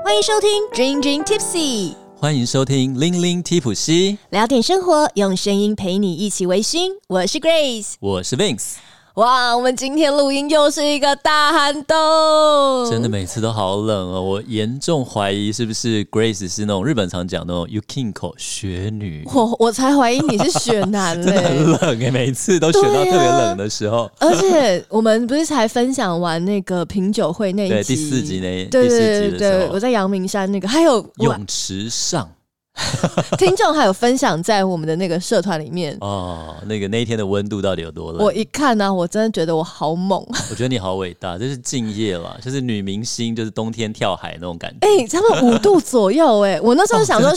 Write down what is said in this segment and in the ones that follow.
欢迎收听 Dream Dream Tipsy， 欢迎收听零零提普西， 聊点生活，用声音陪你一起微醺。我是 Grace， 我是 Vince。 哇，我们今天录音又是一个大寒冬， 真的每次都好冷哦！我严重怀疑是不是 Grace 是那种日本常讲那种 Yukinko 雪女， 我才怀疑你是雪男嘞， 真的很冷耶，每次都选到特别冷的时候。 而且我们不是才分享完那个品酒会那一集， 对，第四集那对第四集的时候， 我在阳明山那个，还有泳池上。 听众还有分享在我们的那个社团里面哦，那一天的温度到底有多冷？ 我一看呢、我真的觉得我好猛。 我觉得你好伟大，这是敬业啦，就是女明星，就是冬天跳海那种感觉。 他们5度左右我那时候想说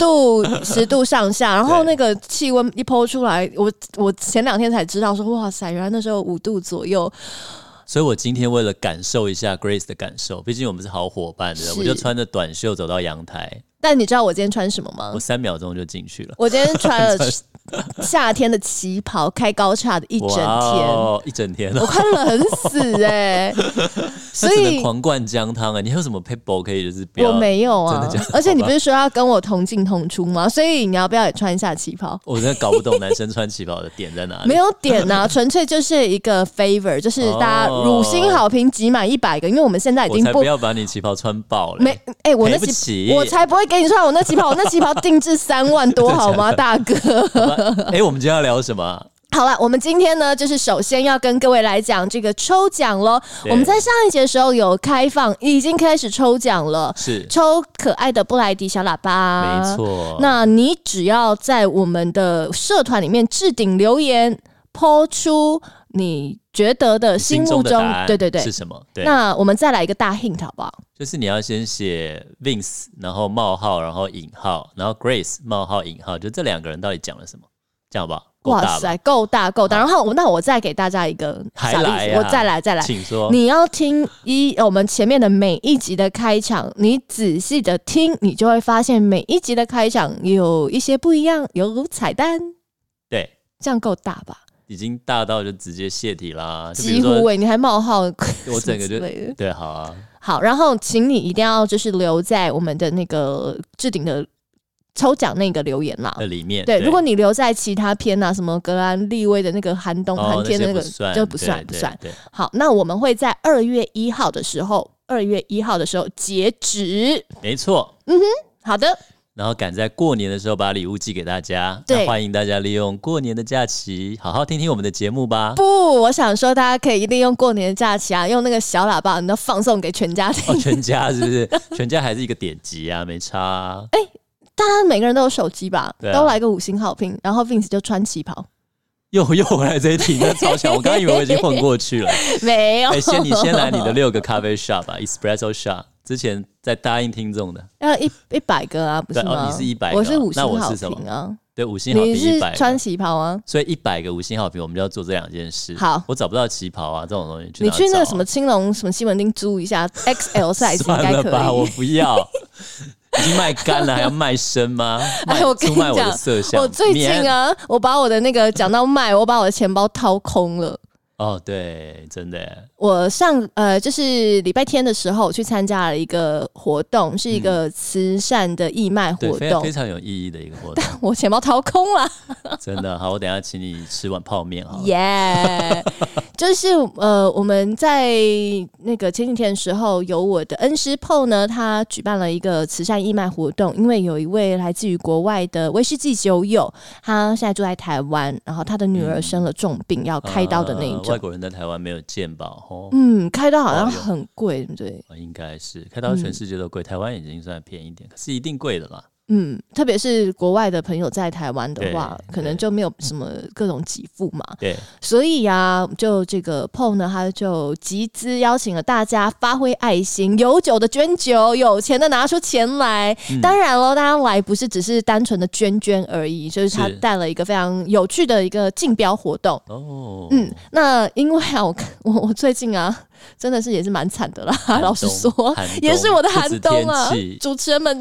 10度上下，然后那个气温一抛出来，我前2天才知道说，哇塞，原来那时候5度左右。 所以我今天为了感受一下 Grace 的感受，毕竟我们是好伙伴的，我就穿着短袖走到阳台。 但你知道我今天穿什么吗？ 我3秒钟就进去了。 我今天穿了夏天的旗袍，开高叉的一整天， 一整天、 我快冷死所以只能狂灌姜汤你还有什么 people 可以就是不要？ 我没有啊， 真的而且你不是说要跟我同进同出吗？所以你要不要也穿一下旗袍？ 我真的搞不懂男生穿旗袍的点在哪里。 没有点啊，纯粹就是一个 favor， 就是大家5星好评集满100个，因为我们现在已经我才不要把你旗袍穿爆了。 我那我才不会给你穿我那旗袍，我那旗袍定制3万多好吗，大哥？ 我们今天要聊什么？ 好了，我们今天呢，就是首先要跟各位来讲这个抽奖咯。我们在上一节的时候有开放，已经开始抽奖了， 是抽可爱的布莱迪小喇叭， 没错。 那你只要在我们的社团里面置顶留言，po出你觉得的心目中对是什么？对， 那我们再来一个大 hint 好不好？ 就是你要先写 Vince， 然后冒号，然后引号，然后 Grace 冒号引号，就这2个人到底讲了什么？这样好不好？ 哇塞，够大。然后那我再给大家一个小例子，我再来， 请说。 你要听我们前面的每一集的开场，你仔细的听，你就会发现每一集的开场有一些不一样，有彩蛋。 对， 这样够大吧？ 已经大到就直接泄题啦， 几乎你还冒号， 我整个就对，好啊。 好，然后请你一定要就是留在我们的那个置顶的抽奖那个留言啦里面。 对，如果你留在其他篇什么格兰利威的那个寒天的那个就不算。好，那我们会在2月1号的时候截止。 没错。 好的。 然后赶在过年的时候把礼物寄给大家。对，欢迎大家利用过年的假期好好听听我们的节目吧。 不，我想说大家可以利用过年的假期用那个小喇叭，你都放送给全家听。 全家是不是？全家还是一个点击没差大家每个人都有手机吧？都来个5星好评，然后 Vince 就穿旗袍。 又回来这一题，那超强！我刚刚以为我已经混过去了， 没有。 你先来你的6个咖啡 shot 吧 ，espresso shot。之前在答应听众的， 要100个啊，不是吗？ 你是100个， 我是5星好评啊。 那我是什么？对，5星好评100个。 你是穿旗袍啊？ 所以100个5星好评，我们就要做这2件事。 好， 我找不到旗袍这种东西， 你去那个什么青龙什么西门町租一下 XL size 应该可以。 算了吧，我不要。已经卖干了，还要卖身吗？ 我跟你讲， 我的色相。 我最近我把我的那个讲到卖，我把我的钱包掏空了。 对，真的。 我就是礼拜天的时候我去参加了一个活动，是一个慈善的义卖活动， 非常有意义的一个活动。 但我钱包掏空了， 真的。好，我等一下请你吃碗泡面好了。 耶！就是我们在那个前几天的时候，有我的恩师 Paul 呢，他举办了一个慈善义卖活动，因为有一位来自于国外的威士忌酒友，他现在住在台湾，然后他的女儿生了重病，要开刀的那一种。 外国人在台湾没有健保开刀好像很贵，对不对？ 应该是开刀全世界都贵，台湾已经算便宜一点，可是一定贵的啦。 特别是国外的朋友在台湾的话，可能就没有什么各种给付嘛。 对， 所以就这个 Paul 呢，他就集资邀请了大家发挥爱心，有酒的捐酒，有钱的拿出钱来。当然咯，大家来不是只是单纯的捐而已，就是他带了一个非常有趣的一个竞标活动。那因为我最近真的是也是蛮惨的啦，老实说，也是我的寒冬啊。主持人们真的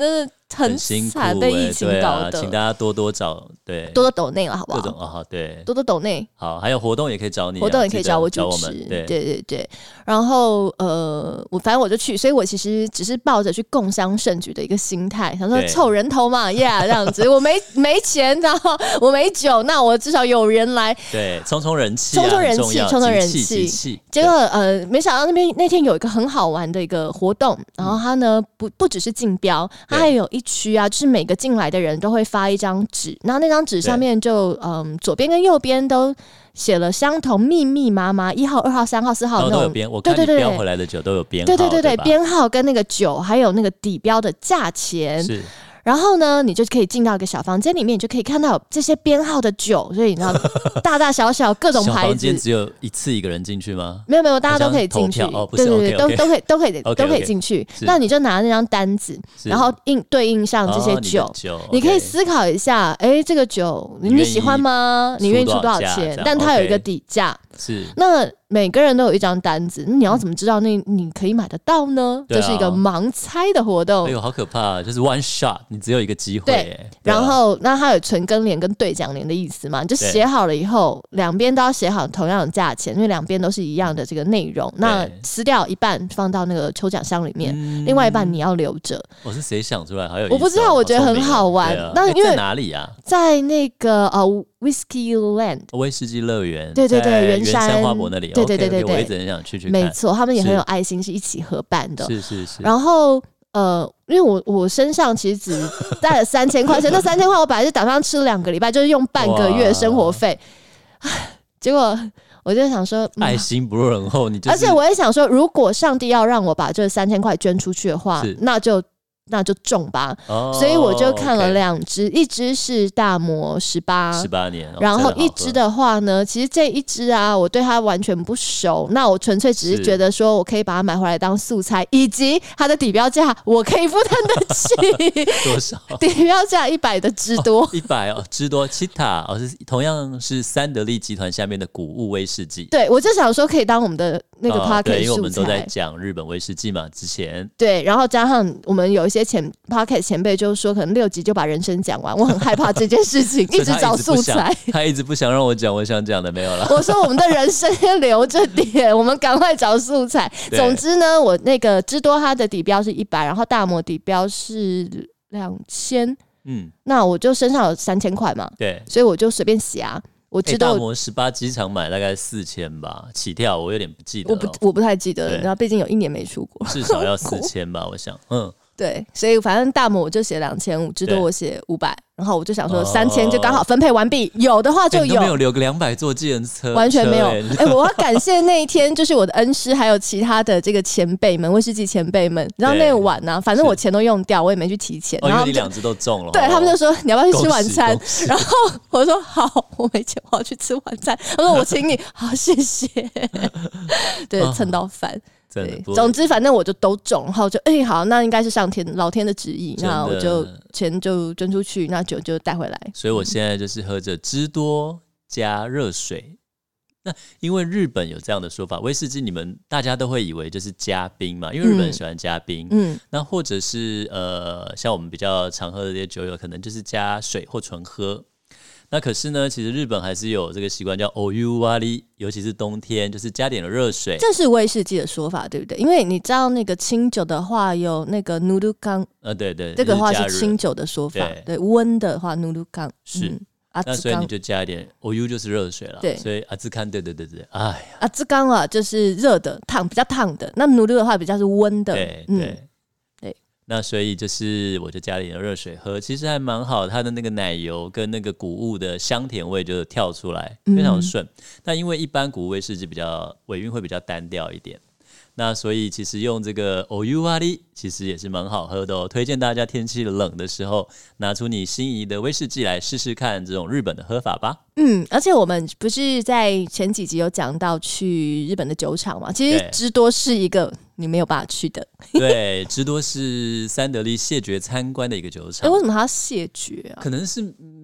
很辛苦惨，被疫情搞的， 对啊，请大家多多找，对， 多多抖内了，好不好？ 各种好，对， 多多抖内。 好，还有活动也可以找你， 活动也可以找我主找我们， 持，对。然后反正我就去，所以我其实只是抱着去共襄盛举的一个心态，想说凑人头嘛，yeah 这样子。我没钱，然后我没酒，那我至少有人来， 对，冲人气， 冲人气， 集气。 结果没想到那天有一个很好玩的一个活动，然后它呢不只是竞标，它还有一区啊，就是每个进来的人都会发一张纸，然后那张纸上面就左边跟右边都写了相同密密麻麻1号、2号、3号、4号那种， 都有编。我看你标回来的酒都有编号， 对，编号跟那个酒还有那个底标的价钱是。 然后呢，你就可以进到一个小房间里面，你就可以看到这些编号的酒，所以你知道大大小小各种牌子。小房间只有一个人进去吗？ 没有，大家都可以进去。对，都可以进去。那你就拿那张单子，然后对应上这些酒，你可以思考一下，这个酒你喜欢吗？你愿意出多少钱？但它有一个底价。 是， 那每个人都有一张单子，你要怎么知道你可以买得到呢？这是一个盲猜的活动。 哎呦，好可怕！就是 one shot， 你只有一个机会。 对，然后那它有存根联跟兑奖联的意思嘛？你就写好了以后，两边都要写好同样的价钱，因为两边都是一样的这个内容。那撕掉一半放到那个抽奖箱里面，另外一半你要留着。 我是谁想出来？还有我不知道，我觉得很好玩。 那因为在哪里啊？ 在那个Whisky Land 威士忌乐园， 对，圆山花博那里，对，我一直很想去看。 没错，他们也很有爱心，是一起合办的。 是。 然后因为我身上其实只带了3000块钱，那3000块我本来是打算吃2个礼拜，就是用半个月的生活费。结果我就想说， 爱心不落人后，你就是。 而且我也想说，如果上帝要让我把这3000块捐出去的话，那就中吧，所以我就看了2支，一支是大摩18 年， 然后一支的话呢，其实这一支啊，我对它完全不熟，那我纯粹只是觉得说我可以把它买回来当素菜，以及它的底标价我可以负担得起。 多少？ 底标价100的芝多 ，100哦，芝多奇塔是同样是三得利集团下面的谷物威士忌。 对，我就想说可以当我们的那个 podcast 素材， 因为我们都在讲日本威士忌嘛，之前对，然后加上我们有一些podcast 前辈就说可能6集就把人生讲完，我很害怕这件事情，一直找素材。 他一直不想让我讲我想讲的没有了。 我说我们的人生先留着点，我们赶快找素材。总之呢，我那个芝多它的底标是100，然后大摩底标是2000，那我就身上有3000块嘛， 对， 所以我就随便写啊。我知道大摩18机场买大概4000吧，起跳，我有点不记得了， 我不太记得了，然后毕竟有1年没出国， 至少要4000吧，我想， 对，所以反正大摩我就写2500，芝多我写500，然后我就想说3000就刚好分配完毕，有的话就有。 你都没有留个200坐计程车， 完全没有。我要感谢那一天，就是我的恩师，还有其他的这个前辈们，威士忌前辈们。然后那晚呢，反正我钱都用掉，我也没去提钱。 然后你2只都中了。 对，他们就说你要不要去吃晚餐？然后我说好，我没钱，我要去吃晚餐。他说我请你，好谢谢。对，蹭到饭。对，总之反正我就都中，然后就好，那应该是老天的旨意，那我就钱就捐出去，那酒就带回来。 所以我现在就是喝着芝多加热水。那因为日本有这样的说法，威士忌你们大家都会以为就是加冰嘛，因为日本人喜欢加冰，那或者是像我们比较常喝的这些酒有可能就是加水或纯喝。那可是呢，其实日本还是有这个习惯叫 Oyuwari， 尤其是冬天，就是加点了热水。 这是威士忌的说法，对不对？因为你知道那个清酒的话有那个 nurukan， 对， 这个话是清酒的说法。对，温的话 nurukan 是。那所以你就加一点 Oyu 就是热水了。对，所以阿兹康对，哎呀， 阿兹康啊就是热的比较烫的，那 nuru 的话比较是温的。 对。那所以就是我就加了一点热水喝，其实还蛮好，它的那个奶油跟那个谷物的香甜味就跳出来，非常顺。但因为一般谷物威士忌比较尾韵会比较单调一点，那所以其实用这个 Oyuwari 其实也是蛮好喝的哦。推荐大家天气冷的时候，拿出你心仪的威士忌来试试看这种日本的喝法吧。 而且我们不是在前几集有讲到去日本的酒厂嘛？其实芝多是一个你没有办法去的。 对，芝多是三得利谢绝参观的一个酒厂。 为什么他要谢绝啊？ 可能是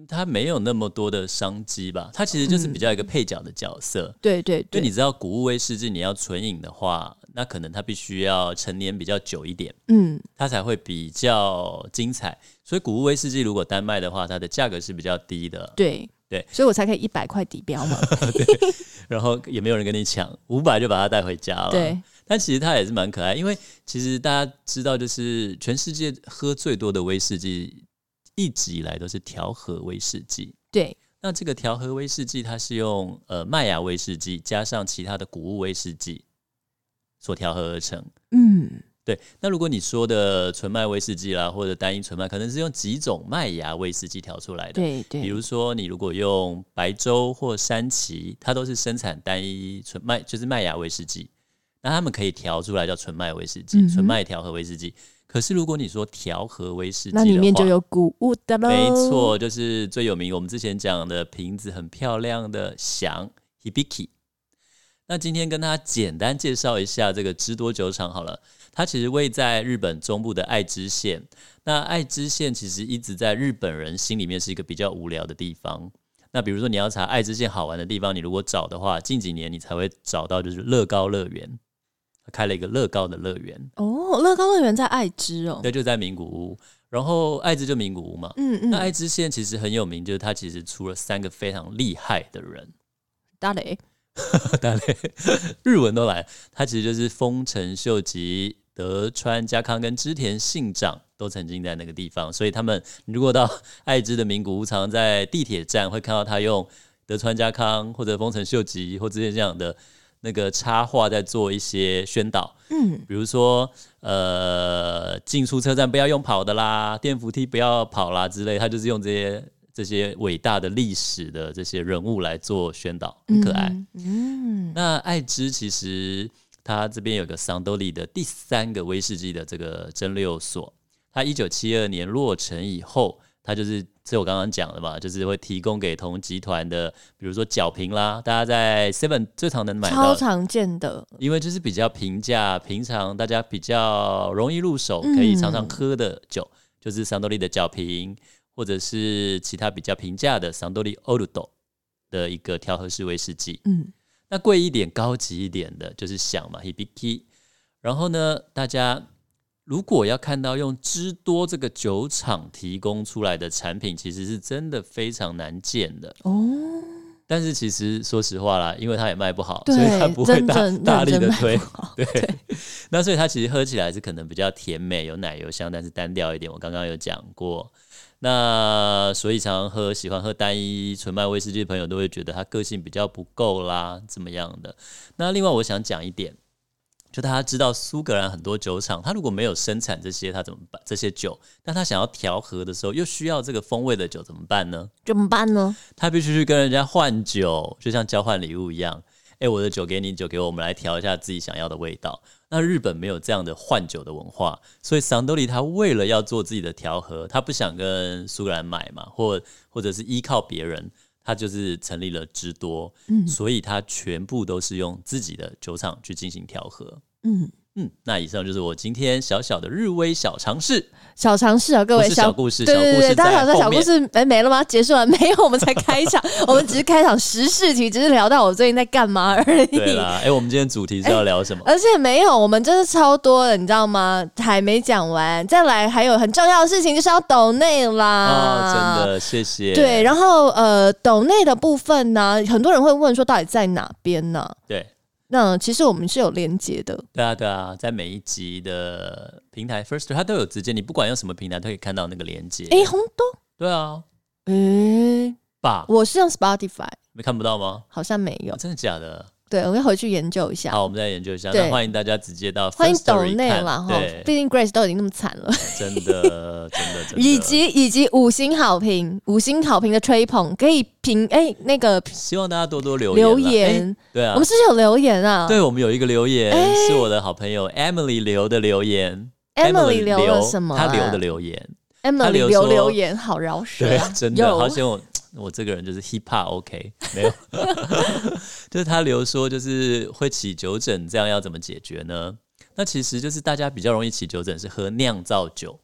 它没有那么多的商机吧，它其实就是比较一个配角的角色。 对对对， 就你知道谷物威士忌你要纯饮的话，那可能它必须要陈年比较久一点，它才会比较精彩。所以谷物威士忌如果单卖的话，它的价格是比较低的。 对，所以我才可以100块底标嘛。 对，然后也没有人跟你抢，500就把它带回家了。 对， 但其实它也是蛮可爱，因为其实大家知道，就是全世界喝最多的威士忌，一直以来都是调和威士忌。 对， 那这个调和威士忌，它是用麦芽威士忌加上其他的谷物威士忌所调和而成。对。那如果你说的纯麦威士忌啦，或者单一纯麦，可能是用几种麦芽威士忌调出来的。 对对。 比如说，你如果用白州或山崎，它都是生产单一纯麦，就是麦芽威士忌。那他们可以调出来叫纯麦威士忌，纯麦调和威士忌。可是如果你说调和威士忌的话， 那里面就有谷物的咯。 没错，就是最有名我们之前讲的瓶子很漂亮的响 Hibiki。 那今天跟大家简单介绍一下这个知多酒厂好了。它其实位在日本中部的爱知县。那爱知县其实一直在日本人心里面是一个比较无聊的地方。那比如说你要查爱知县好玩的地方，你如果找的话，近几年你才会找到就是乐高乐园，开了一个乐高的乐园。 哦，乐高乐园在爱知哦。 对，就在名古屋。然后爱知就名古屋嘛。那爱知县其实很有名，就是它其实出了3个非常厉害的人。 大雷大雷日文都来。他其实就是丰臣秀吉、德川家康跟织田信长都曾经在那个地方，所以他们如果到爱知的名古屋，常常在地铁站会看到他用德川家康或者丰臣秀吉或之前这样的那个插画在做一些宣导。比如说进出车站不要用跑的啦，电扶梯不要跑啦之类，他就是用这些伟大的历史的这些人物来做宣导，很可爱。那爱知其实它这边有个桑多利的第3个威士忌的这个蒸馏所，它1972年落成以后，它就是我刚刚讲的嘛，就是会提供给同集团的，比如说角瓶啦，大家在 Seven 最常能买到， 超常见的， 因为就是比较平价，平常大家比较容易入手，可以常常喝的酒，就是桑多利的角瓶，或者是其他比较平价的桑多利オルド的一个调和式威士忌。那贵一点、高级一点的，就是响嘛 Hibiki。然后呢，大家如果要看到用知多这个酒厂提供出来的产品，其实是真的非常难见的哦。但是其实说实话啦，因为它也卖不好，所以它不会大力的推。对，那所以它其实喝起来是可能比较甜美，有奶油香，但是单调一点。我刚刚有讲过。那所以常常喜欢喝单一纯麦威士忌的朋友都会觉得它个性比较不够啦，怎么样的。那另外我想讲一点，就大家知道苏格兰很多酒厂，它如果没有生产这些，它怎么办？这些酒，但它想要调和的时候，又需要这个风味的酒，怎么办呢？他必须去跟人家换酒，就像交换礼物一样。我的酒给你，酒给我，我们来调一下自己想要的味道。那日本没有这样的换酒的文化，所以桑多利他为了要做自己的调和，他不想跟苏格兰买嘛，或者是依靠别人，他就是成立了知多，所以他全部都是用自己的酒厂去进行调和。那以上就是我今天小小的日威小尝试啊，各位， 不是小故事， 对对对，大家想说小故事没了吗？结束了没有？我们才开场，我们只是开场时事题，只是聊到我最近在干嘛而已。 对啦，我们今天主题是要聊什么？ 而且没有，我们真的超多的，你知道吗？还没讲完，再来还有很重要的事情就是要抖内啦。 真的谢谢。 对，然后抖内的部分呢，很多人会问说到底在哪边呢？ 对。 那其实我们是有连结的， 对啊，在每一集的平台 Firstory 它都有直接，你不管用什么平台都可以看到那个连结。 红豆， 对啊， 我是用 Spotify， 看不到吗？ 好像没有， 真的假的？ 对，我要回去研究一下。 好，我们再研究一下。那欢迎大家直接到 Firstory 欢迎抖内啦，毕竟 Grace 都已经那么惨了， 真的。 以及5星好评的吹捧，可以评那个， 希望大家多多留言。对啊， 我们是不是有留言啊？ 对，我们有一个留言是我的好朋友 Emily 留的留言。 Emily 留了什么？ 她留的留言。 Emily 留言好饶舌啊！ 真的，好像我这个人就是 hip hop OK 没有，就是他留说就是会起酒疹，这样要怎么解决呢？那其实就是大家比较容易起酒疹是喝酿造酒，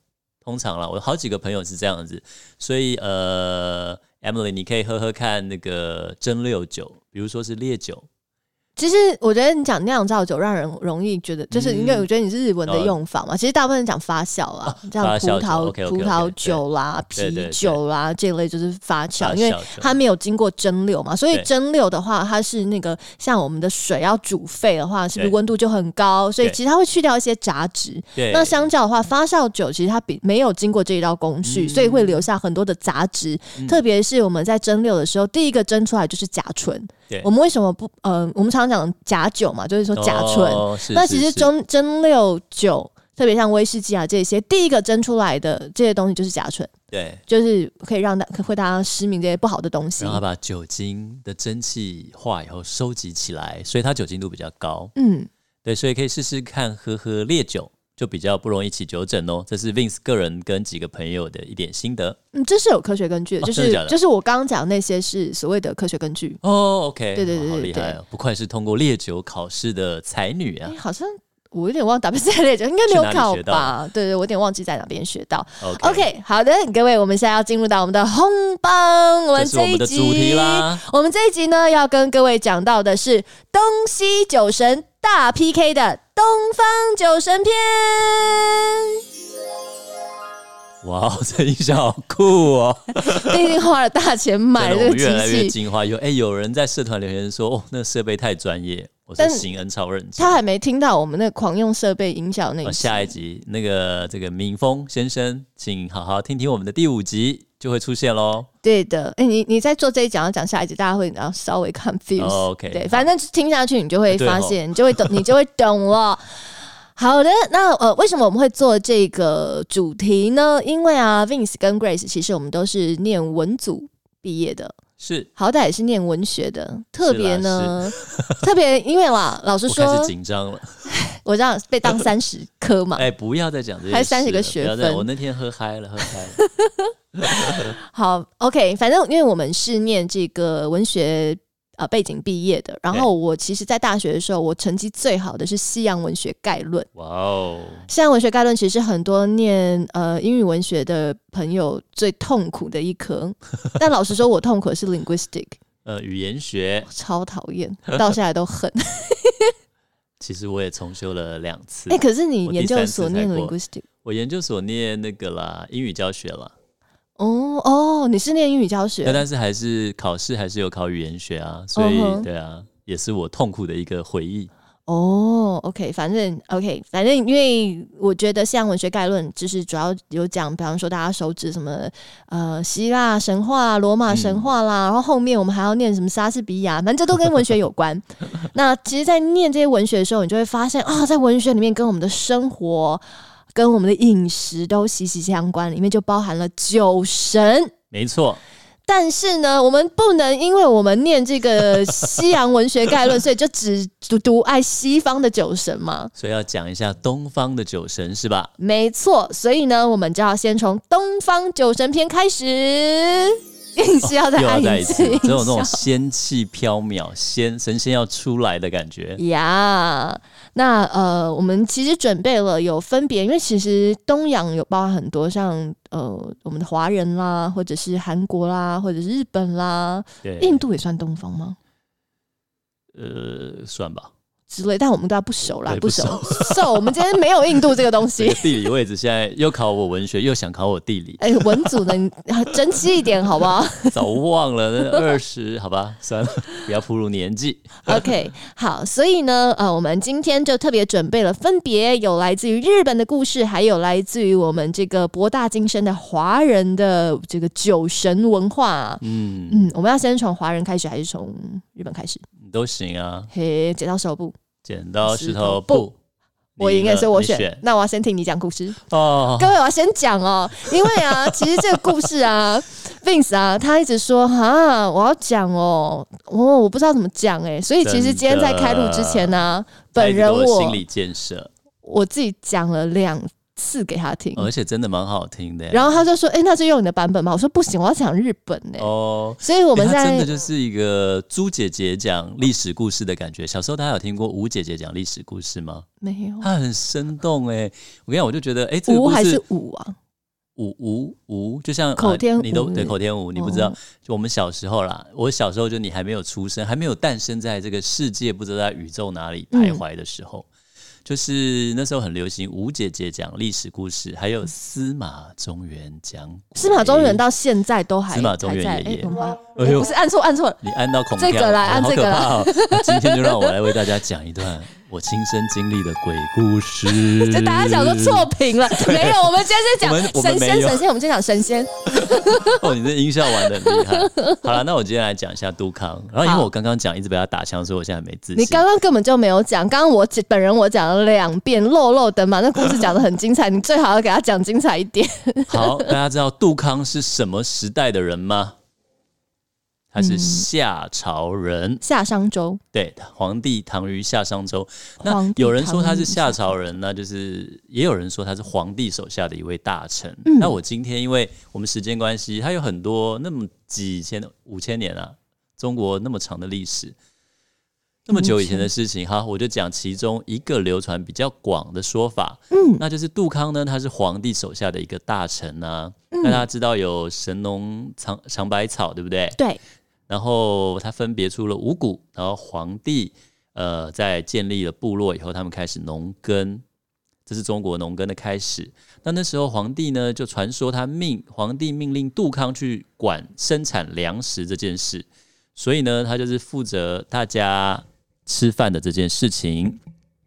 通常啦，我好几个朋友是这样子，所以Emily 你可以喝喝看那个蒸馏酒，比如说是烈酒。 其实我觉得你讲酿造酒让人容易觉得，就是因为我觉得你是日文的用法嘛，其实大部分人讲发酵啊，像葡萄酒啦、啤酒啦这一类就是发酵，因为它没有经过蒸馏嘛，所以蒸馏的话，它是那个像我们的水要煮沸的话，是不是温度就很高？所以其实它会去掉一些杂质。那相较的话，发酵酒其实它没有经过这一道工序，所以会留下很多的杂质，特别是我们在蒸馏的时候，第一个蒸出来就是甲醇。我们为什么不我们常常讲假酒嘛，就是说甲醇。那其实蒸馏酒，特别像威士忌啊这些，第一个蒸出来的这些东西就是甲醇。对，就是可以让会大家失明这些不好的东西， 然后把酒精的蒸汽化以后收集起来，所以它酒精度比较高。对，所以可以试试看喝烈酒。就比较不容易起酒疹哦，这是 Vince 个人跟几个朋友的一点心得。这是有科学根据的，就是我刚刚讲那些是所谓的科学根据。 OK， 对， 好厉害哦！不愧是通过烈酒考试的才女啊。 好像我有点忘 WSET 烈酒应该没有考吧？对，我有点忘记在哪边学到。OK， 好的，各位，我们现在要进入到我们的红帮， 这是我们的主题啦。 我们这一集呢，要跟各位讲到的是东西酒神大 PK 的东方酒神篇。 哇，这音效好酷哦！ 毕竟花了大钱买了这个机器， 越来越进化。有人在社团留言说：“那个设备太专业。”我是行恩超认真。 他还没听到我们那个狂用设备音效那一集。 下一集这个敏峰先生，请好好听听我们的第5集就会出现咯。 对的，你在做这一讲要讲下一集，大家会稍微 confuse。OK， 对，反正听下去你就会发现，你就会懂了。好的，那为什么我们会做这个主题呢？因为啊 ，Vince 跟 Grace 其实我们都是念文组毕业的。 是， 好歹也是念文学的，特别因为啦，老师说我开始紧张了， 我这样被当30科嘛， 不要再讲这些事了， 还30个学分， 我那天喝嗨了。 好 ，OK， 反正因为我们是念这个文学背景毕业的，然后我其实在大学的时候，我成绩最好的是西洋文学概论。哇哦！西洋文学概论其实很多念英语文学的朋友最痛苦的一科，但老实说，我痛苦的是 linguistic， 语言学， 超讨厌，到现在都恨。 其实我也重修了2次。 可是你研究所念 linguistic， 我研究所念那个啦，英语教学啦。 你是念英语教学， 但是还是考试还是有考语言学啊，所以对啊，也是我痛苦的一个回忆。 OK， 反正因为我觉得西洋文学概论就是主要有讲，比方说大家熟知什么希腊神话、罗马神话啦，然后后面我们还要念什么莎士比亚，反正这都跟文学有关。那其实，在念这些文学的时候，你就会发现在文学里面跟我们的生活、跟我们的饮食都息息相关，里面就包含了酒神。 没错。 但是呢，我们不能因为我们念这个西洋文学概论，所以就只独爱西方的酒神嘛。 所以要讲一下东方的酒神是吧？ 没错，所以呢，我们就要先从东方酒神篇开始。是要再按一次， 只有那种仙气飘渺、神仙要出来的感觉呀。那我们其实准备了有分别，因为其实东洋有包含很多，像我们的华人啦，或者是韩国啦，或者是日本啦，印度也算东方吗？ 算吧。 之类，但我们都不熟啦，不熟。So， 我们今天没有印度这个东西。 地理位置现在又考我文学，又想考我地理。 文组的你争气一点好不好？ 早忘了，那20，好吧，算了，不要暴露年纪。 OK， 好，所以呢，我们今天就特别准备了，分别有来自于日本的故事，还有来自于我们这个博大精深的华人的这个酒神文化。我们要先从华人开始，还是从日本开始？ 都行啊。 剪刀石头布。 剪刀石头布， 我应该是我选。那我要先听你讲故事哦。各位，我要先讲哦，因为啊，其实这个故事啊 ，Vince 啊，他一直说我要讲哦，我不知道怎么讲所以其实今天在开录之前呢，本人我心理建设， 我自己讲了2次给他听， 而且真的蛮好听的。 然后他就说：“那就用你的版本吗？”我说：“不行，我要讲日本所以我们真的就是一个朱姐姐讲历史故事的感觉。小时候大家有听过吴姐姐讲历史故事吗？ 没有。 她很生动我跟你讲，我就觉得这个故事吴还是武啊？ 就像口天吴， 你都对口天吴，你不知道，就我们小时候啦，我小时候就你还没有出生，还没有诞生在这个世界，不知道在宇宙哪里徘徊的时候。就是那时候很流行吴姐姐讲历史故事，还有司马中原讲鬼。 司马中原到现在都还司马中原爷爷， 不是按错了， 你按到孔这个来，按这个来。 今天就让我来为大家讲一段我亲身经历的鬼故事。 就大家想说错评了，没有，我们今天是讲神仙，我们今天讲神仙。 哦，你这音效玩得很厉害。好了，那我今天来讲一下杜康。然后因为我刚刚讲一直被他打枪，所以我现在没自信。 你刚刚根本就没有讲，刚刚我本人讲了2遍，漏的嘛，那故事讲得很精彩，你最好要给他讲精彩一点。好， 大家知道杜康是什么时代的人吗？他是夏朝人， 夏商周， 对，皇帝唐虞夏商周。那有人说他是夏朝人呢，就是也有人说他是皇帝手下的一位大臣。那我今天因为我们时间关系，他有很多那么5000年啊，中国那么长的历史，那么久以前的事情，好，我就讲其中一个流传比较广的说法。那就是杜康呢，他是皇帝手下的一个大臣啊。那大家知道有神农尝百草，对不对？ 对。 然后他分别出了5谷，然后皇帝在建立了部落以后，他们开始农耕，这是中国农耕的开始。那时候皇帝呢，就传说皇帝命令杜康去管生产粮食这件事，所以呢，他就是负责大家吃饭的这件事情。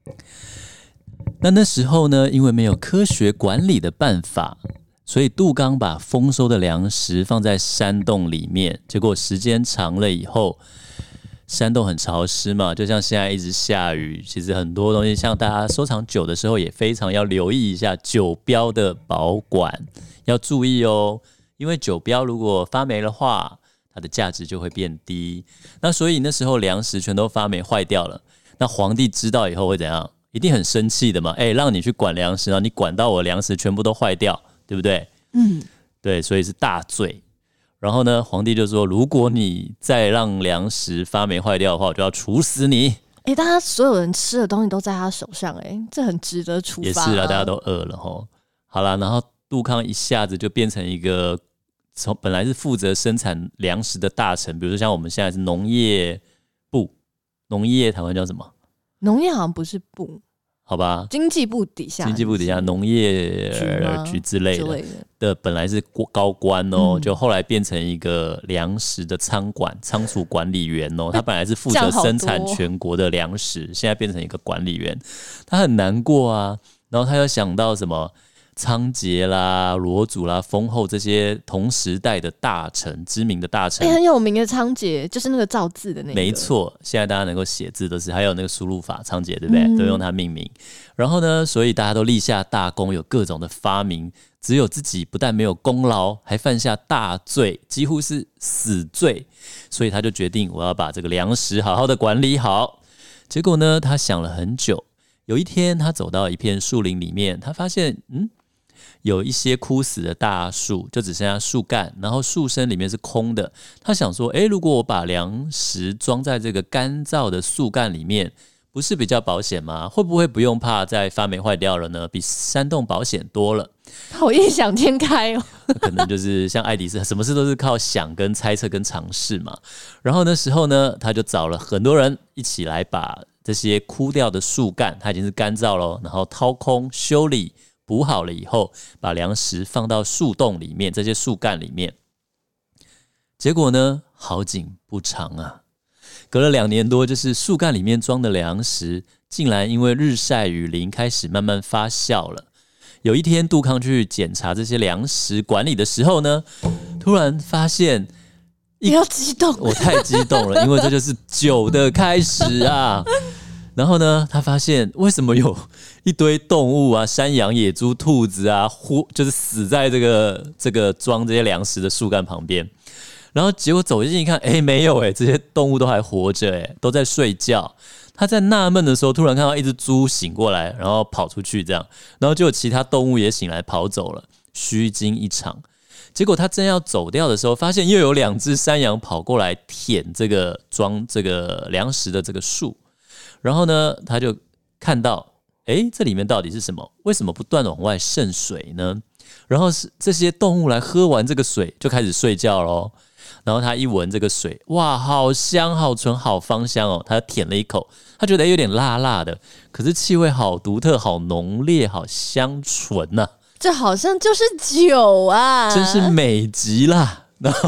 那时候呢，因为没有科学管理的办法，所以杜康把丰收的粮食放在山洞里面，结果时间长了以后，山洞很潮湿嘛，就像现在一直下雨，其实很多东西像大家收藏酒的时候也非常要留意一下酒标的保管，要注意哦，因为酒标如果发霉的话，它的价值就会变低。那所以那时候粮食全都发霉坏掉了，那皇帝知道以后会怎样？一定很生气的嘛，让你去管粮食，然后你管到我粮食全部都坏掉，对不对？对，所以是大罪。然后呢，皇帝就说，如果你再让粮食发霉坏掉的话，我就要处死你。 但他所有人吃的东西都在他手上，这很值得处罚。 也是啦，大家都饿了齁。好啦，然后杜康一下子就变成一个本来是负责生产粮食的大臣，比如说像我们现在是农业部，农业台湾叫什么？ 农业好像不是部， 好吧？ 经济部底下农业局之类的本来是高官哦，就后来变成一个粮食的仓储管理员哦。他本来是负责生产全国的粮食，现在变成一个管理员，他很难过啊。然后他又想到什么？仓颉啦、罗祖啦、封后这些同时代的大臣，知名的大臣， 很有名的仓颉，就是那个造字的那个。 没错，现在大家能够写字都是，还有那个输入法仓颉，对不对？都用它命名。然后呢，所以大家都立下大功，有各种的发明，只有自己不但没有功劳，还犯下大罪，几乎是死罪。所以他就决定，我要把这个粮食好好的管理好。结果呢，他想了很久。有一天，他走到一片树林里面，他发现，有一些枯死的大树，就只剩下树干，然后树身里面是空的。他想说，如果我把粮食装在这个干燥的树干里面，不是比较保险吗？会不会不用怕再发霉坏掉了呢？比山洞保险多了。 好异想天开哦。 可能就是像爱迪生，什么事都是靠想跟猜测跟尝试嘛。然后那时候呢，他就找了很多人一起来把这些枯掉的树干，它已经是干燥了，然后掏空修理。补好了以后，把粮食放到树洞里面，这些树干里面。结果呢，好景不长啊！隔了2年多，就是树干里面装的粮食，竟然因为日晒雨淋开始慢慢发酵了。有一天，杜康去检查这些粮食管理的时候呢，突然发现， 你要激动， 我太激动了，因为这就是酒的开始啊！然后呢，他发现为什么有一堆动物啊，山羊、野猪、兔子啊，就是死在这个装这些粮食的树干旁边。然后结果走进去一看，没有这些动物都还活着都在睡觉。他在纳闷的时候，突然看到一只猪醒过来，然后跑出去这样，然后就有其他动物也醒来跑走了，虚惊一场。结果他正要走掉的时候，发现又有2只山羊跑过来舔这个装这个粮食的这个树。然后呢，他就看到， 这里面到底是什么？为什么不断往外渗水呢？然后是这些动物来喝完这个水就开始睡觉咯。然后他一闻这个水，哇，好香好纯好芳香哦，他舔了一口，他觉得有点辣辣的，可是气味好独特好浓烈好香醇啊， 这好像就是酒啊， 真是美极啦。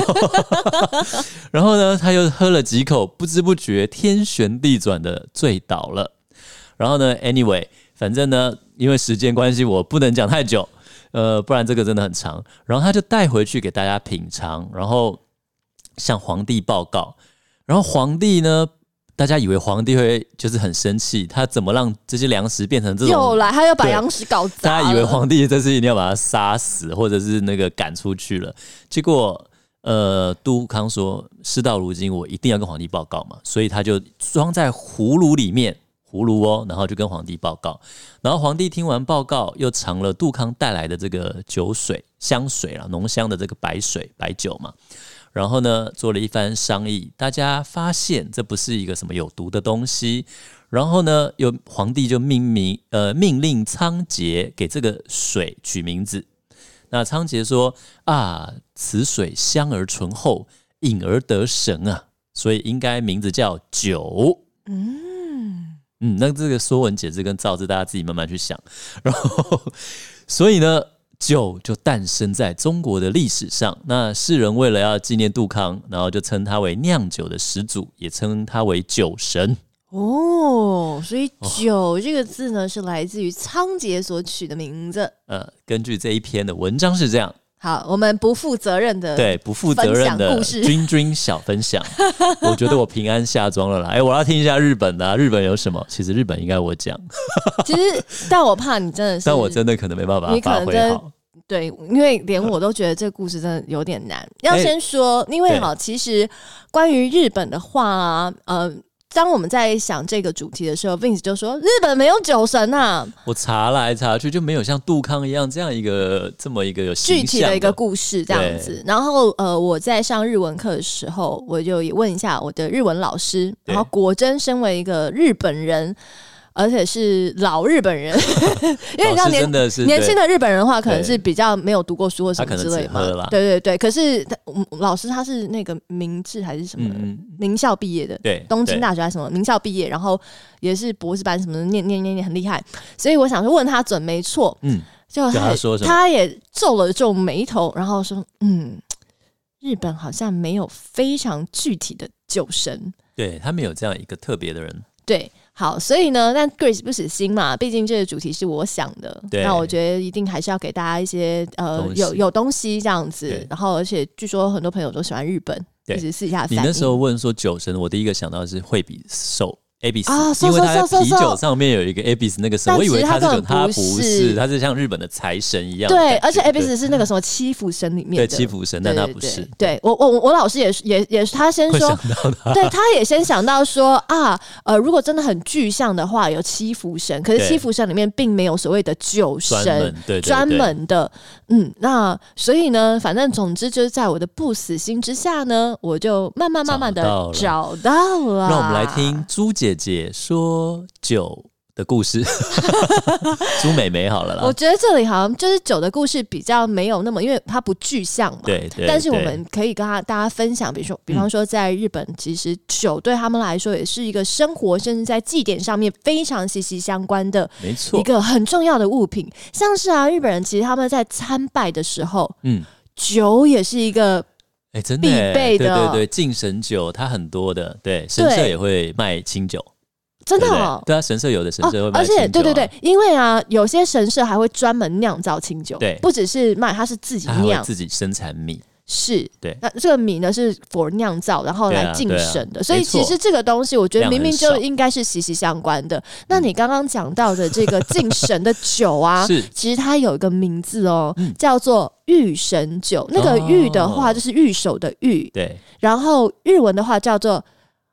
然后呢他又喝了几口，不知不觉天旋地转的醉倒了。然后呢 anyway 反正呢因为时间关系我不能讲太久，不然这个真的很长。然后他就带回去给大家品尝，然后向皇帝报告。然后皇帝呢，大家以为皇帝会就是很生气，他怎么让这些粮食变成这种， 又来他又把粮食搞砸了， 大家以为皇帝这次一定要把他杀死或者是那个赶出去了。结果杜康说事到如今我一定要跟皇帝报告嘛，所以他就装在葫芦里面，葫芦哦，然后就跟皇帝报告。然后皇帝听完报告，又尝了杜康带来的这个酒水香水啦，浓香的这个白水白酒嘛。然后呢做了一番商议，大家发现这不是一个什么有毒的东西。然后呢皇帝就命令仓颉给这个水取名字。那仓颉说啊，此水香而醇厚，饮而得神啊，所以应该名字叫酒。那这个说文解字跟造字大家自己慢慢去想。然后所以呢酒就诞生在中国的历史上。那世人为了要纪念杜康，然后就称他为酿酒的始祖，也称他为酒神。 所以酒这个字呢是来自于仓颉所取的名字。 根据这一篇的文章是这样。 好，我们不负责任的对不负责任的君小分享。我觉得我平安下庄了啦。我要听一下日本的日本有什么？其实日本应该我讲。 其实但我怕你真的是， 但我真的可能没办法发挥好。 对，因为连我都觉得这个故事真的有点难。要先说，因为其实关于日本的话啊，当我们在想这个主题的时候 Vince 就说日本没有酒神啊。 我查来查去就没有像杜康一样这样一个这么一个有形象具体的一个故事这样子。然后我在上日文课的时候，我就也问一下我的日文老师，然后果真身为一个日本人，而且是老日本人因为你知道年轻的日本人的话可能是比较没有读过书或什么之类嘛，对对对。可是老师他是那个明治还是什么名校毕业的， 对， 东京大学还是什么名校毕业，然后也是博士班什么的，念很厉害。所以我想说问他准没错，就他也皱了皱眉头，然后说日本好像没有非常具体的酒神， 对，他们有这样一个特别的人。 对，好，所以呢，但 Grace 不死心嘛，毕竟这个主题是我想的，那我觉得一定还是要给大家一些有东西这样子。然后，而且据说很多朋友都喜欢日本，一直私下反映。 你那时候问说酒神，我第一个想到的是惠比寿。Abis， 因为他在啤酒上面有一个 Abis 那个神，我以为他不是，他是像日本的财神一样。 对，而且 Abis 是那个什么七福神里面的， 对，七福神，但他不是。 对，我老师也是，他先说，对，他也先想到说啊，如果真的很具象的话，有七福神，可是七福神里面并没有所谓的酒神，专门的，那所以呢，反正总之就是在我的不死心之下呢，我就慢慢的找到了。 让我们来听朱姐姐说酒的故事。朱美美好了啦。 我觉得这里好像就是酒的故事比较没有那么，因为它不具象嘛。 对。 但是我们可以跟大家分享，比方说在日本，其实酒对他们来说也是一个生活，甚至在祭典上面非常息息相关的， 没错， 一个很重要的物品。像是日本人其实他们在参拜的时候，酒也是一个真的必备的， 对，敬神酒它很多的，对，神社也会卖清酒。 真的哦， 对啊，神社有的神社会卖清酒， 而且对，因为有些神社还会专门酿造清酒， 对， 不只是卖，它是自己酿， 自己生产米， 是， 对。 那这个米呢是 for 酿造，然后来敬神的，所以其实这个东西我觉得明明就应该是息息相关的。那你刚刚讲到的这个敬神的酒啊，其实它有一个名字哦，叫做御神酒。那个御的话就是御手的御， 对。 然后日文的话叫做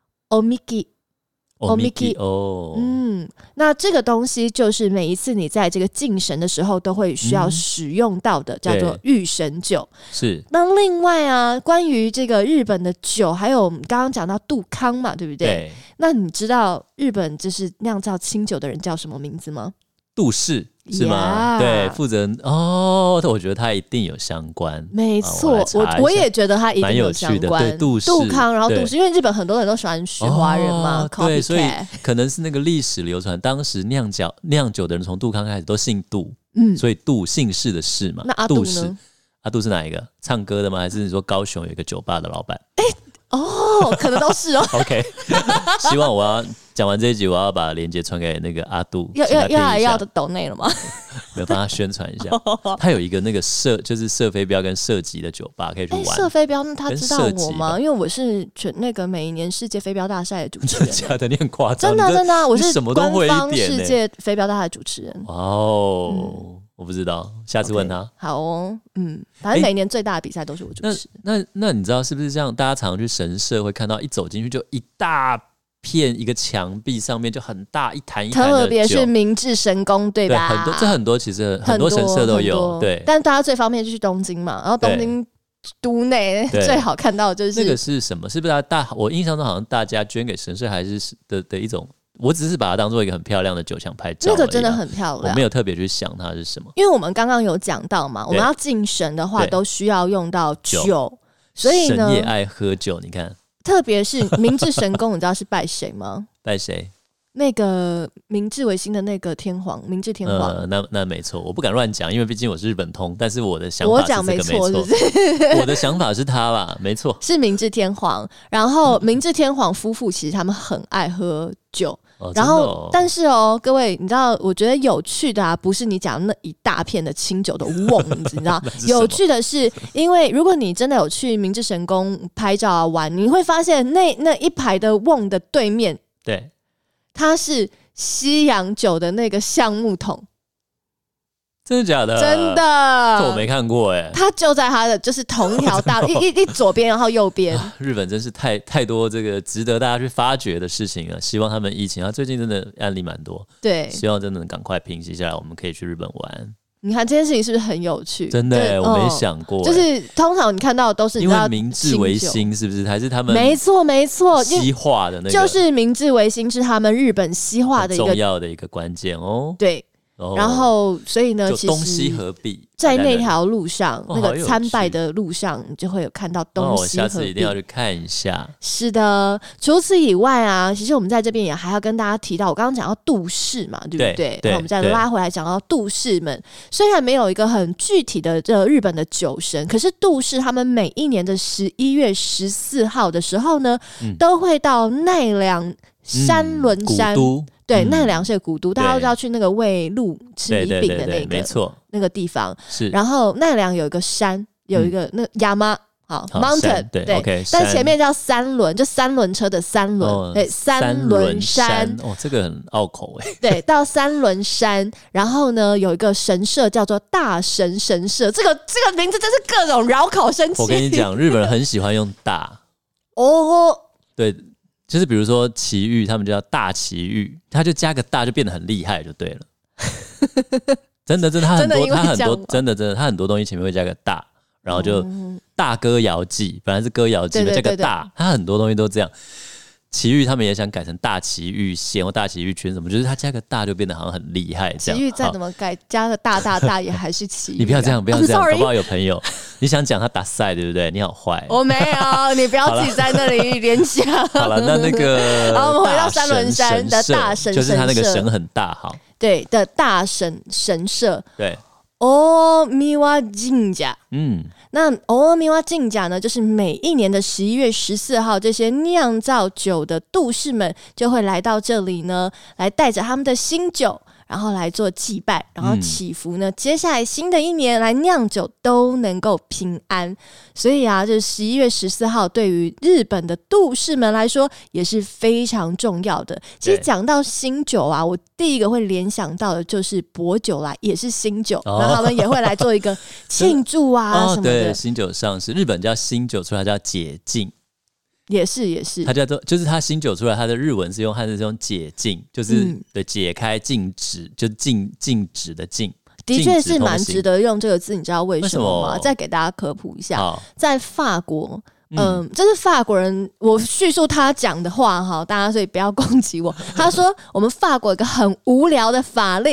omiki。那这个东西就是每一次你在这个敬神的时候都会需要使用到的，叫做御神酒。 是。 那另外关于这个日本的酒，还有我们刚刚讲到杜康嘛，对不对？ 对。 那你知道日本就是酿造清酒的人叫什么名字吗？ 杜氏是吗？ Yeah 对，负责哦，我觉得他一定有相关， 没错，我也觉得他一定有相关。 对，杜康，然后杜氏，因为日本很多人都喜欢学华人嘛， 对，所以可能是那个历史流传，当时酿酒的人从杜康开始都姓杜，所以杜姓氏的氏嘛。 那阿杜呢？ 阿杜是哪一个？唱歌的吗？还是你说高雄有一个酒吧的老板？ 可能都是哦。 OK， 希望我要讲完这一集，我要把链接传给那个阿杜， 要的抖内了吗？ 没有帮他宣传一下。他有一个那个就是射飞镖跟射击的酒吧可以去玩。 射飞镖，那他知道我吗？因为我是那个每一年世界飞镖大赛的主持人。 假的，你很夸张。 真的，我是什么都会一点。 官方世界飞镖大赛主持人。 哇哦。我不知道，下次问他。 Okay, 好哦，反正每年最大的比赛都是我主持。 那你知道是不是这样？大家常常去神社会看到，一走进去就一大片一个墙壁上面就很大一坛一坛的酒， 特别是明治神宫，对吧？ 对，很多其实很多神社都有，对。 但大家最方便就去东京嘛，然后东京都内最好看到的就是那个是什么？是不是我印象中好像大家捐给神社还是的一种。我只是把它当做一个很漂亮的酒墙拍照， 那个真的很漂亮， 我没有特别去想它是什么。 因为我们刚刚有讲到嘛，我们要敬神的话都需要用到酒，所以呢， 神也爱喝酒。你看， 特别是明治神宫，你知道是拜谁吗？ 拜谁？ 那个明治维新的那个天皇，明治天皇。 那没错，我不敢乱讲，因为毕竟我是日本通。但是我的想法是这个没错，我的想法是他啦，没错， 是明治天皇。然后明治天皇夫妇其实他们很爱喝酒。然后，但是各位，你知道，我觉得有趣的不是你讲那一大片的清酒的瓮，你知道，有趣的是，因为如果你真的有去明治神宫拍照玩，你会发现那一排的瓮的对面， 对， 它是西洋酒的那个橡木桶。 真的假的？ 真的， 这我没看过哎。 他就在他的就是同一条大路，一左边，然后右边。 日本真是太多这个值得大家去发掘的事情了。希望他们疫情最近真的案例蛮多， 对， 希望真的能赶快平息下来，我们可以去日本玩。 你看这件事情是不是很有趣？ 真的，我没想过。 就是通常你看到的都是因为明治维新，是不是？还是他们没错， 西化的那个， 就是明治维新是他们日本西化的一个重要的一个关键哦。 对。然后，所以呢，其实东西合璧， 在那条路上，那个参拜的路上，你就会有看到东西合璧。 我下次一定要去看一下。 是的，除此以外啊，其实我们在这边也还要跟大家提到，我刚刚讲到杜氏嘛，对不对？那我们再拉回来讲到杜氏们，虽然没有一个很具体的日本的酒神，可是杜氏他们每一年的11月14号的时候呢，都会到奈良山轮山。对，奈良是古都，大家都知道去那个喂鹿吃米饼的那个， 没错， 那个地方是。 然后奈良有一个山，有一个那Yama Mountain， 对 ，OK， 但前面叫三轮，就三轮车的三轮，对，三轮山。 这个很拗口哎。 对，到三轮山，然后呢有一个神社叫做大神神社，这个名字真是各种绕口生气。 我跟你讲，日本人很喜欢用大对。就是比如说奇遇，他们就叫大奇遇，他就加个大就变得很厉害就对了。真的，他很多真的，他很多东西前面会加个大，然后就大歌谣记，本来是歌谣记，加个大，他很多东西都这样。奇遇他们也想改成大奇遇县或大奇遇圈什么，就是他加个大就变得好像很厉害这样。 奇遇再怎么改，加个大也还是奇遇。 你不要这样，搞不好有朋友你想讲他打赛对不对？你好坏。 我没有，你不要自己在那里联想。 好了，那个， 好，我们回到三轮山的大神社， 就是他那个神很大，好， 对的大神社， 对。 大神神社，那大神神社呢，就是每一年的11月14号，这些酿造酒的杜氏们就会来到这里呢，来带着他们的新酒，然后来做祭拜，然后祈福呢，接下来新的一年来酿酒都能够平安。所以啊，这11月14号对于日本的杜氏们来说也是非常重要的。其实讲到新酒啊，我第一个会联想到的就是薄酒啦，也是新酒，然后他们也会来做一个庆祝啊什么的。 对，新酒上市，日本叫新酒出来叫解禁。 也是， 它叫做，就是它新酒出来，它的日文是用汉字是用解禁，就是解开禁止，就是禁止的禁。 的确是蛮值得用这个字，你知道为什么吗？再给大家科普一下，在法国，这是法国人，我叙述他讲的话哈，大家所以不要攻击我。他说我们法国有一个很无聊的法令，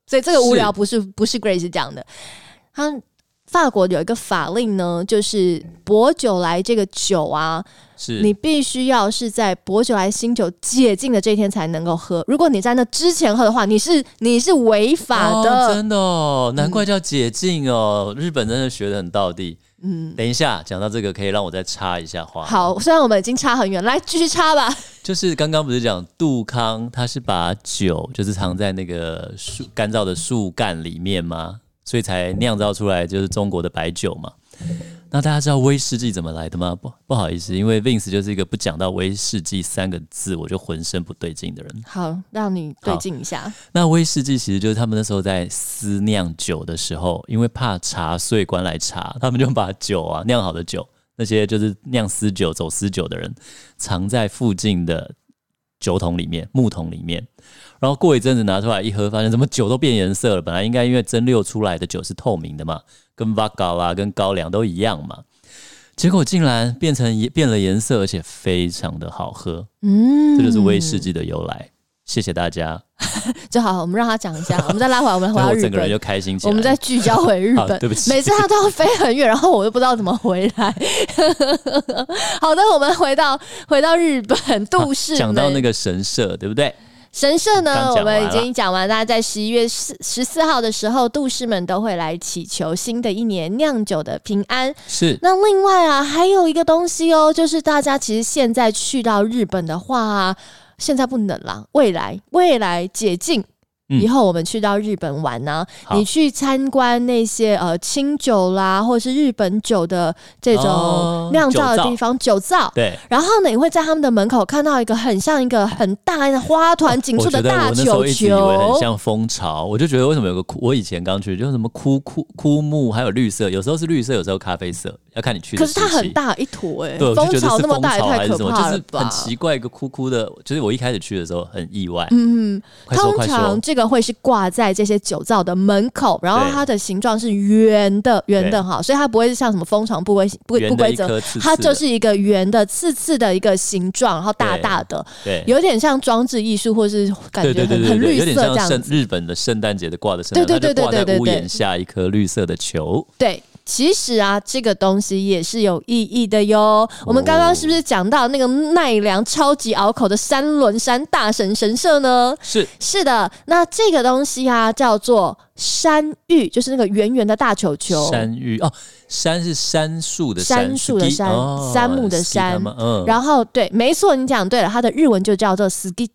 所以这个无聊不是 Grace 讲的。法国有一个法令呢，就是薄酒莱这个酒啊，是你必须要是在薄酒莱新酒解禁的这一天才能够喝。如果你在那之前喝的话，你是违法的。 真的哦，难怪叫解禁哦。日本真的学得很道地。等一下讲到这个，可以让我再插一下话。 好，虽然我们已经插很远，来继续插吧。 就是刚刚不是讲杜康，他是把酒就是藏在那个干燥的树干里面吗？所以才酿造出来就是中国的白酒嘛。那大家知道威士忌怎么来的吗？不好意思，因为 Vince 就是一个不讲到威士忌3个字我就浑身不对劲的人。 好，让你对劲一下。 那威士忌其实就是他们那时候在私酿酒的时候，因为怕茶税官来查，他们就把酒啊酿好的酒，那些就是酿私酒走私酒的人藏在附近的酒桶里面、木桶里面，然后过一阵子拿出来一喝，发现怎么酒都变颜色了。本来应该因为蒸馏出来的酒是透明的嘛，跟 vodka 啊、跟高粱都一样嘛，结果竟然变了颜色，而且非常的好喝。这就是威士忌的由来。谢谢大家。 就好，我们让他讲一下，我们再拉回来，我们回到日本， 我整个人就开心起来。 我们再聚焦回日本。 对不起， 每次他都要飞很远，然后我又不知道怎么回来。好的，我们回到日本杜氏们。 讲到那个神社，对不对？ 神社呢，我们已经讲完。大家在11月14号的时候，杜氏们都会来祈求新的一年酿酒的平安。 是。那另外啊，还有一个东西哦，就是大家其实现在去到日本的话啊，现在不能啦，未来解禁以后，我们去到日本玩呢，你去参观那些清酒啦，或者是日本酒的这种酿造的地方，酒造。 对。 然后呢，你会在他们的门口看到一个很像一个很大的花团锦簇的大球球。 我那时候一直以为很像蜂巢，我就觉得为什么有个我以前刚去就是什么枯木，还有绿色，有时候是绿色，有时候咖啡色，要看你去的时期。 可是它很大一坨对， 蜂巢那么大也太可怕了吧？ 就是很奇怪一个枯的，就是我一开始去的时候很意外。 通常这个会是挂在这些酒造的门口，然后它的形状是圆的哈，所以它不会是像什么蜂巢不规则，它就是一个圆的刺刺的一个形状，然后大大的， 对， 有点像装置艺术，或是感觉很绿色这样子， 日本的圣诞节的挂的圣诞，它就挂在屋檐下一颗绿色的球， 对。其实啊，这个东西也是有意义的哟。我们刚刚是不是讲到那个奈良超级拗口的三轮山大神神社呢？是的，那这个东西啊叫做山芋，就是那个圆圆的大球球。 山芋哦，山是杉树的杉树的杉，杉木的杉。然后对，没错，你讲对了，它的日文就叫做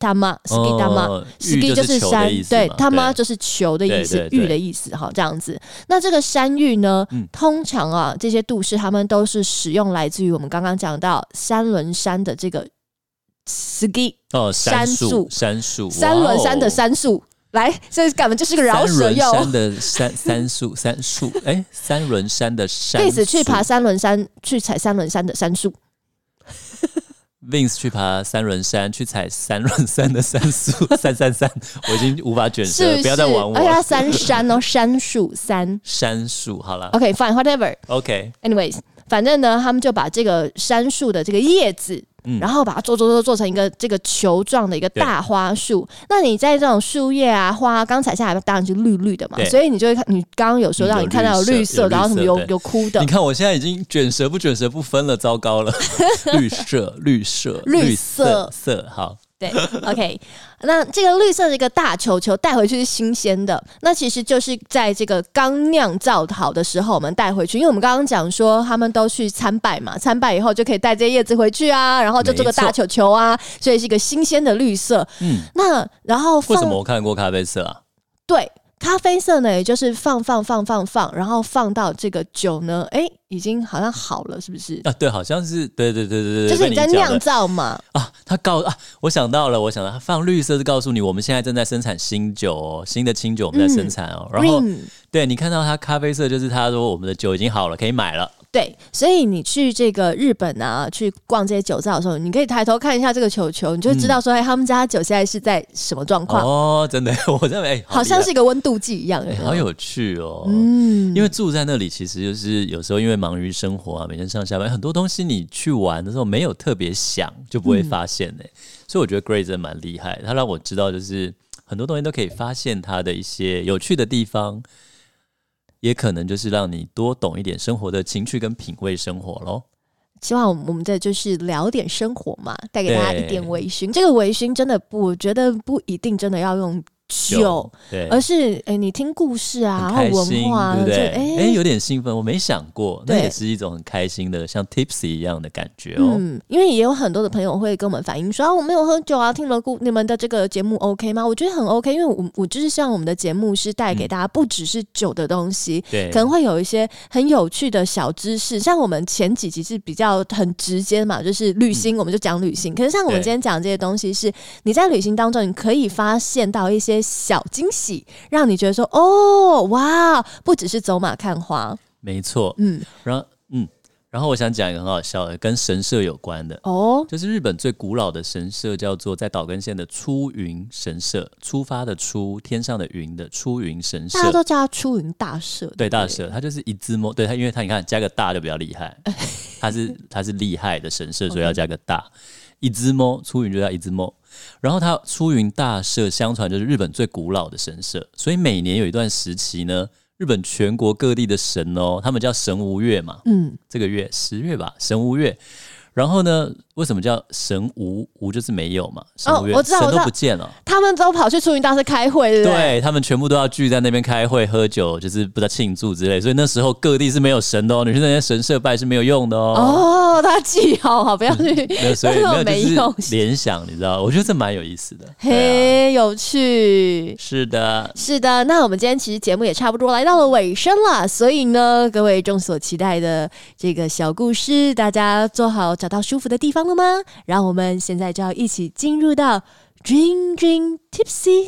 skitama，skitama，ski 就是山，对，tama 就是球的意思，玉的意思，哈，这样子。那这个山芋呢，通常啊，这些杜氏他们都是使用来自于我们刚刚讲到三轮山的这个 ski 杉树， 三轮山的杉树。来，这根本就是个饶舌哟！ 三轮山的杉树， 可以去爬三轮山，去采三轮山的杉树。 Vince 去爬三轮山，去采三轮山的杉树，333，我已经无法卷舌，不要再玩我了。 而且它三山哦，杉树， 好了。 OK fine whatever。 OK anyways， 反正呢，他们就把这个杉树的这个叶子。然后把它做成一个这个球状的一个大花束。那你在这种树叶啊花刚采下来，当然是绿绿的嘛，所以你就会看，你刚刚有说让你看到有绿色，然后什么有枯的。 你看我现在已经卷舌不分了，糟糕了。绿色好。 对 ，OK， 那这个绿色的一个大球球带回去是新鲜的，那其实就是在这个刚酿造好的时候我们带回去，因为我们刚刚讲说他们都去参拜嘛，参拜以后就可以带这些叶子回去啊，然后就这个大球球啊，所以是一个新鲜的绿色。那然后为什么我看过咖啡色啊？ 对。咖啡色呢，也就是放，然后放到这个酒呢，已经好像好了，是不是？ 啊，对，好像是，对， 就是你在酿造嘛。 我想到了，他放绿色是告诉你，我们现在正在生产新酒哦，新的清酒我们在生产哦。然后，对你看到它咖啡色，就是他说我们的酒已经好了，可以买了。 对，所以你去这个日本啊，去逛这些酒造的时候，你可以抬头看一下这个球球，你就会知道说，他们家酒现在是在什么状况。 哦，真的，我认为好像是一个温度计一样， 好有趣哦。因为住在那里，其实就是有时候因为忙于生活啊，每天上下班，很多东西你去玩的时候没有特别想，就不会发现所以我觉得 Grace 真的蛮厉害，他让我知道就是很多东西都可以发现它的一些有趣的地方，也可能就是让你多懂一点生活的情趣跟品味生活咯。 希望我们这就是聊点生活嘛，带给大家一点微醺。这个微醺真的我觉得不一定真的要用酒，而是你听故事啊，然后文化， 对不对？有点兴奋，我没想过，那也是一种很开心的，像 tipsy 一样的感觉哦。 因为也有很多的朋友会跟我们反映说，我没有喝酒啊，听了你们的这个节目 OK 吗？我觉得很 OK， 因为我就是希望我们的节目是带给大家不只是酒的东西，可能会有一些很有趣的小知识。像我们前几集是比较很直接嘛，就是旅行，我们就讲旅行。可是像我们今天讲这些东西，是你在旅行当中你可以发现到一些小惊喜，让你觉得说哇，不只是走马看花。 没错，然后我想讲一个很好笑的，跟神社有关的就是日本最古老的神社叫做在岛根县的出云神社，出发的出，天上的云的出云神社， 大家都叫它出云大社。 对，大社，它就是一字摸，对它，因为它你看加个大就比较厉害，它是厉害的神社，所以要加个大。一字摸出云就叫一字摸，然后它出云大社相传就是日本最古老的神社，所以每年有一段时期呢，日本全国各地的神他们叫神无月嘛，这个月10月吧，神无月。然后呢，为什么叫神无？无就是没有嘛，神无月， 我知道， 神都不见了， 他们都跑去出云大社开会，对不对？ 对，他们全部都要聚在那边开会喝酒，就是不知道庆祝之类，所以那时候各地是没有神的你去那些神社拜是没有用的他记好，不要去所以没有就是联想，你知道，我觉得这蛮有意思的， 有趣， 是的。 那我们今天其实节目也差不多来到了尾声了，所以呢，各位众所期待的这个小故事，大家做好找到舒服的地方了吗？让我们现在就要一起进入到 Drink Drink Tipsy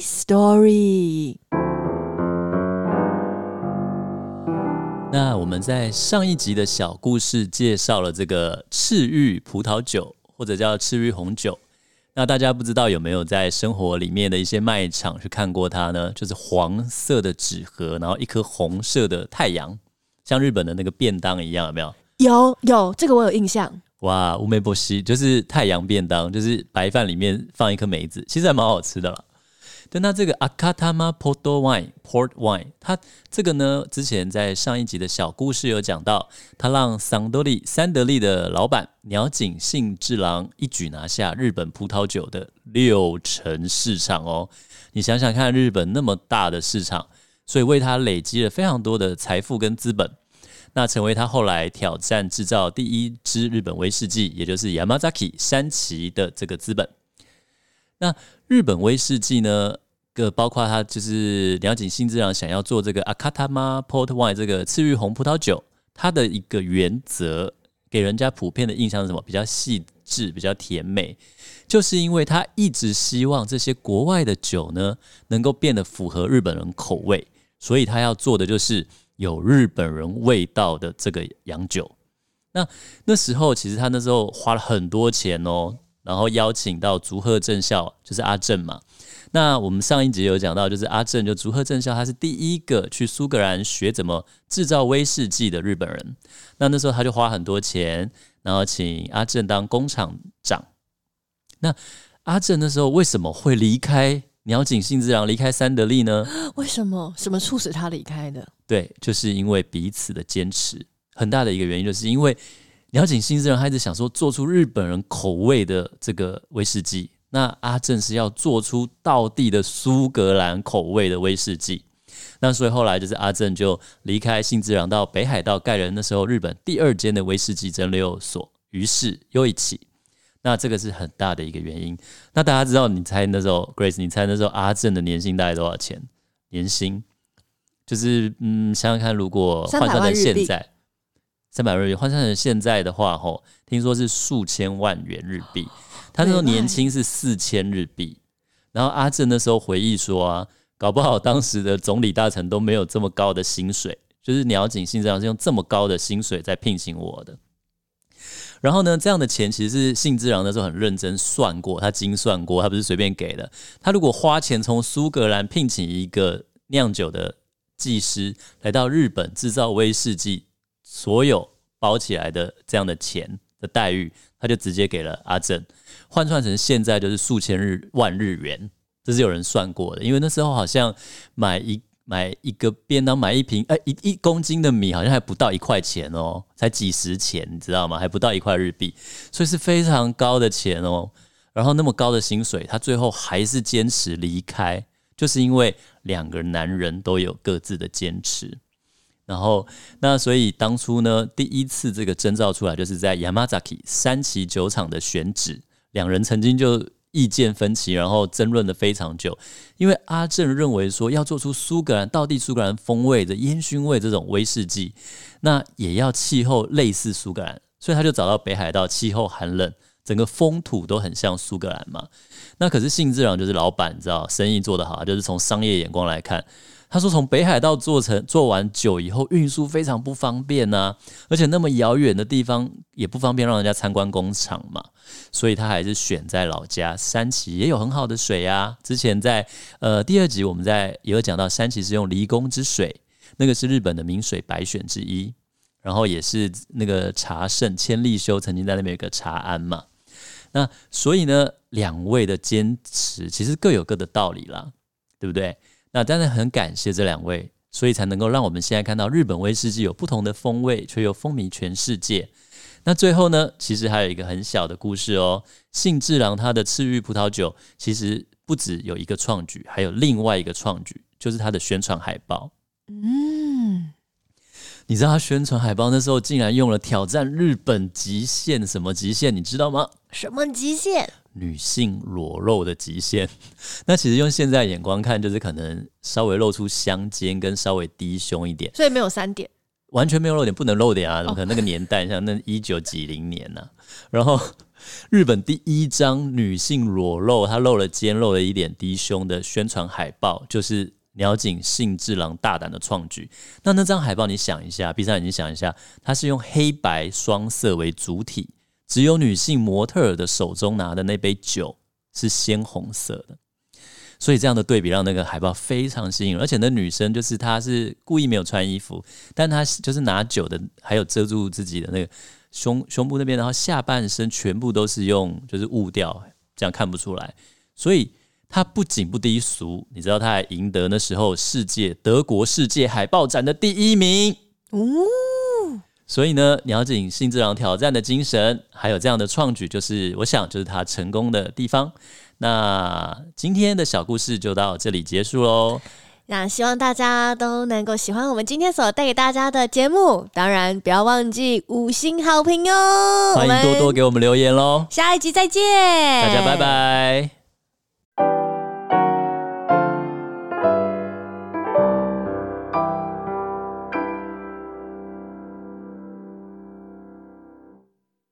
Story。 那我们在上一集的小故事介绍了这个赤玉葡萄酒，或者叫赤玉红酒。那大家不知道有没有在生活里面的一些卖场去看过它呢？就是黄色的纸盒，然后一颗红色的太阳，像日本的那个便当一样，有没有？ 有，这个我有印象。 哇，乌梅波西就是太阳便当，就是白饭里面放一颗梅子，其实还蛮好吃的啦。对，那这个 Akatama Port Wine， 它这个呢，之前在上一集的小故事有讲到，它让三得利的老板鸟井幸治郎一举拿下日本葡萄酒的60%市场哦。你想想看，日本那么大的市场，所以为他累积了非常多的财富跟资本。那成为他后来挑战制造第一支日本威士忌，也就是 Yamazaki 山崎的这个资本。那日本威士忌呢，包括他就是鸟井幸治郎想要做这个 Akatama Port Wine 这个赤玉红葡萄酒，它的一个原则给人家普遍的印象是什么？比较细致，比较甜美，就是因为他一直希望这些国外的酒呢，能够变得符合日本人口味，所以他要做的就是有日本人味道的这个洋酒。那时候其实他那时候花了很多钱然后邀请到竹贺正孝，就是阿正嘛。那我们上一集有讲到，就是阿正就竹贺正孝，他是第一个去苏格兰学怎么制造威士忌的日本人。那时候他就花很多钱，然后请阿正当工厂长。那阿正那时候为什么会离开鸟井幸治郎，离开三得利呢？ 为什么？什么促使他离开的？ 对，就是因为彼此的坚持。很大的一个原因就是因为鸟井幸治郎他一直想说做出日本人口味的这个威士忌，那阿正是要做出道地的苏格兰口味的威士忌。那所以后来就是阿正就离开幸治郎到北海道盖了那时候日本第2间的威士忌蒸馏所，于是又一起。那这个是很大的一个原因。那大家知道，你猜那时候 Grace， 你猜那时候阿正的年薪大概多少钱？年薪就是想想看，如果换算成现在300万日币，换算成现在的话，听说是数千万元日币。他那时候年薪是4000日币。然后阿正那时候回忆说搞不好当时的总理大臣都没有这么高的薪水，就是鸟井幸治郎是用这么高的薪水在聘请我的。然后呢，这样的钱其实是幸治郎那时候很认真算过，他精算过，他不是随便给的。他如果花钱从苏格兰聘请一个酿酒的技师来到日本制造威士忌，所有包起来的这样的钱的待遇，他就直接给了阿正，换算成现在就是数千万日元。 这是有人算过的，因为那时候好像买一个便当，买一瓶1公斤的米，好像还不到1块钱哦，才几十钱，你知道吗？还不到1块日币，所以是非常高的钱哦。然后那么高的薪水，他最后还是坚持离开，就是因为2个男人都有各自的坚持。然后那所以当初呢，第一次这个征召出来，就是在 Yamazaki 三崎酒厂的选址，2人曾经就意见分歧，然后争论的非常久。因为阿正认为说，要做出道地苏格兰风味的烟熏味这种威士忌，那也要气候类似苏格兰，所以他就找到北海道，气候寒冷，整个风土都很像苏格兰嘛。那可是幸之郎就是老板，你知道生意做得好，就是从商业眼光来看，他说从北海道做完酒以后，运输非常不方便啊，而且那么遥远的地方也不方便让人家参观工厂嘛，所以他还是选在老家山崎，也有很好的水啊。之前在第2集我们也有讲到，山崎是用离宫之水，那个是日本的名水百选之一，然后也是那个茶圣千利休曾经在那边有个茶庵嘛。那所以呢，2位的坚持其实各有各的道理啦，对不对？那当然很感谢这2位，所以才能够让我们现在看到日本威士忌有不同的风味，却又风靡全世界。那最后呢，其实还有一个很小的故事哦。幸之郎他的赤玉葡萄酒其实不只有一个创举，还有另外一个创举，就是他的宣传海报。你知道他宣传海报那时候竟然用了挑战日本极限，什么极限你知道吗？ 什么极限？ 女性裸露的极限。那其实用现在眼光看，就是可能稍微露出香肩跟稍微低胸一点， 所以没有3点， 完全没有露点，不能露点啊！怎么可能那个年代像那19几0年啊？然后日本第1张女性裸露，她露了肩露了一点低胸的宣传海报，就是鸟井幸之郎大胆的创举。那张海报你想一下，闭上眼睛想一下，它是用黑白双色为主体，只有女性模特儿的手中拿的那杯酒是鲜红色的，所以这样的对比让那个海报非常吸引人。而且那女生就是她是故意没有穿衣服，但她就是拿酒的，还有遮住自己的那个胸部那边，然后下半身全部都是用就是雾调，这样看不出来。所以她不仅不低俗，你知道她还赢得那时候德国世界海报展的第1名。所以呢，鸟井幸之郎挑战的精神，还有这样的创举，我想就是他成功的地方。那今天的小故事就到这里结束咯。 那希望大家都能够喜欢我们今天所带给大家的节目，当然不要忘记5星好评哦！ 欢迎多多给我们留言咯。 下一集再见， 大家拜拜。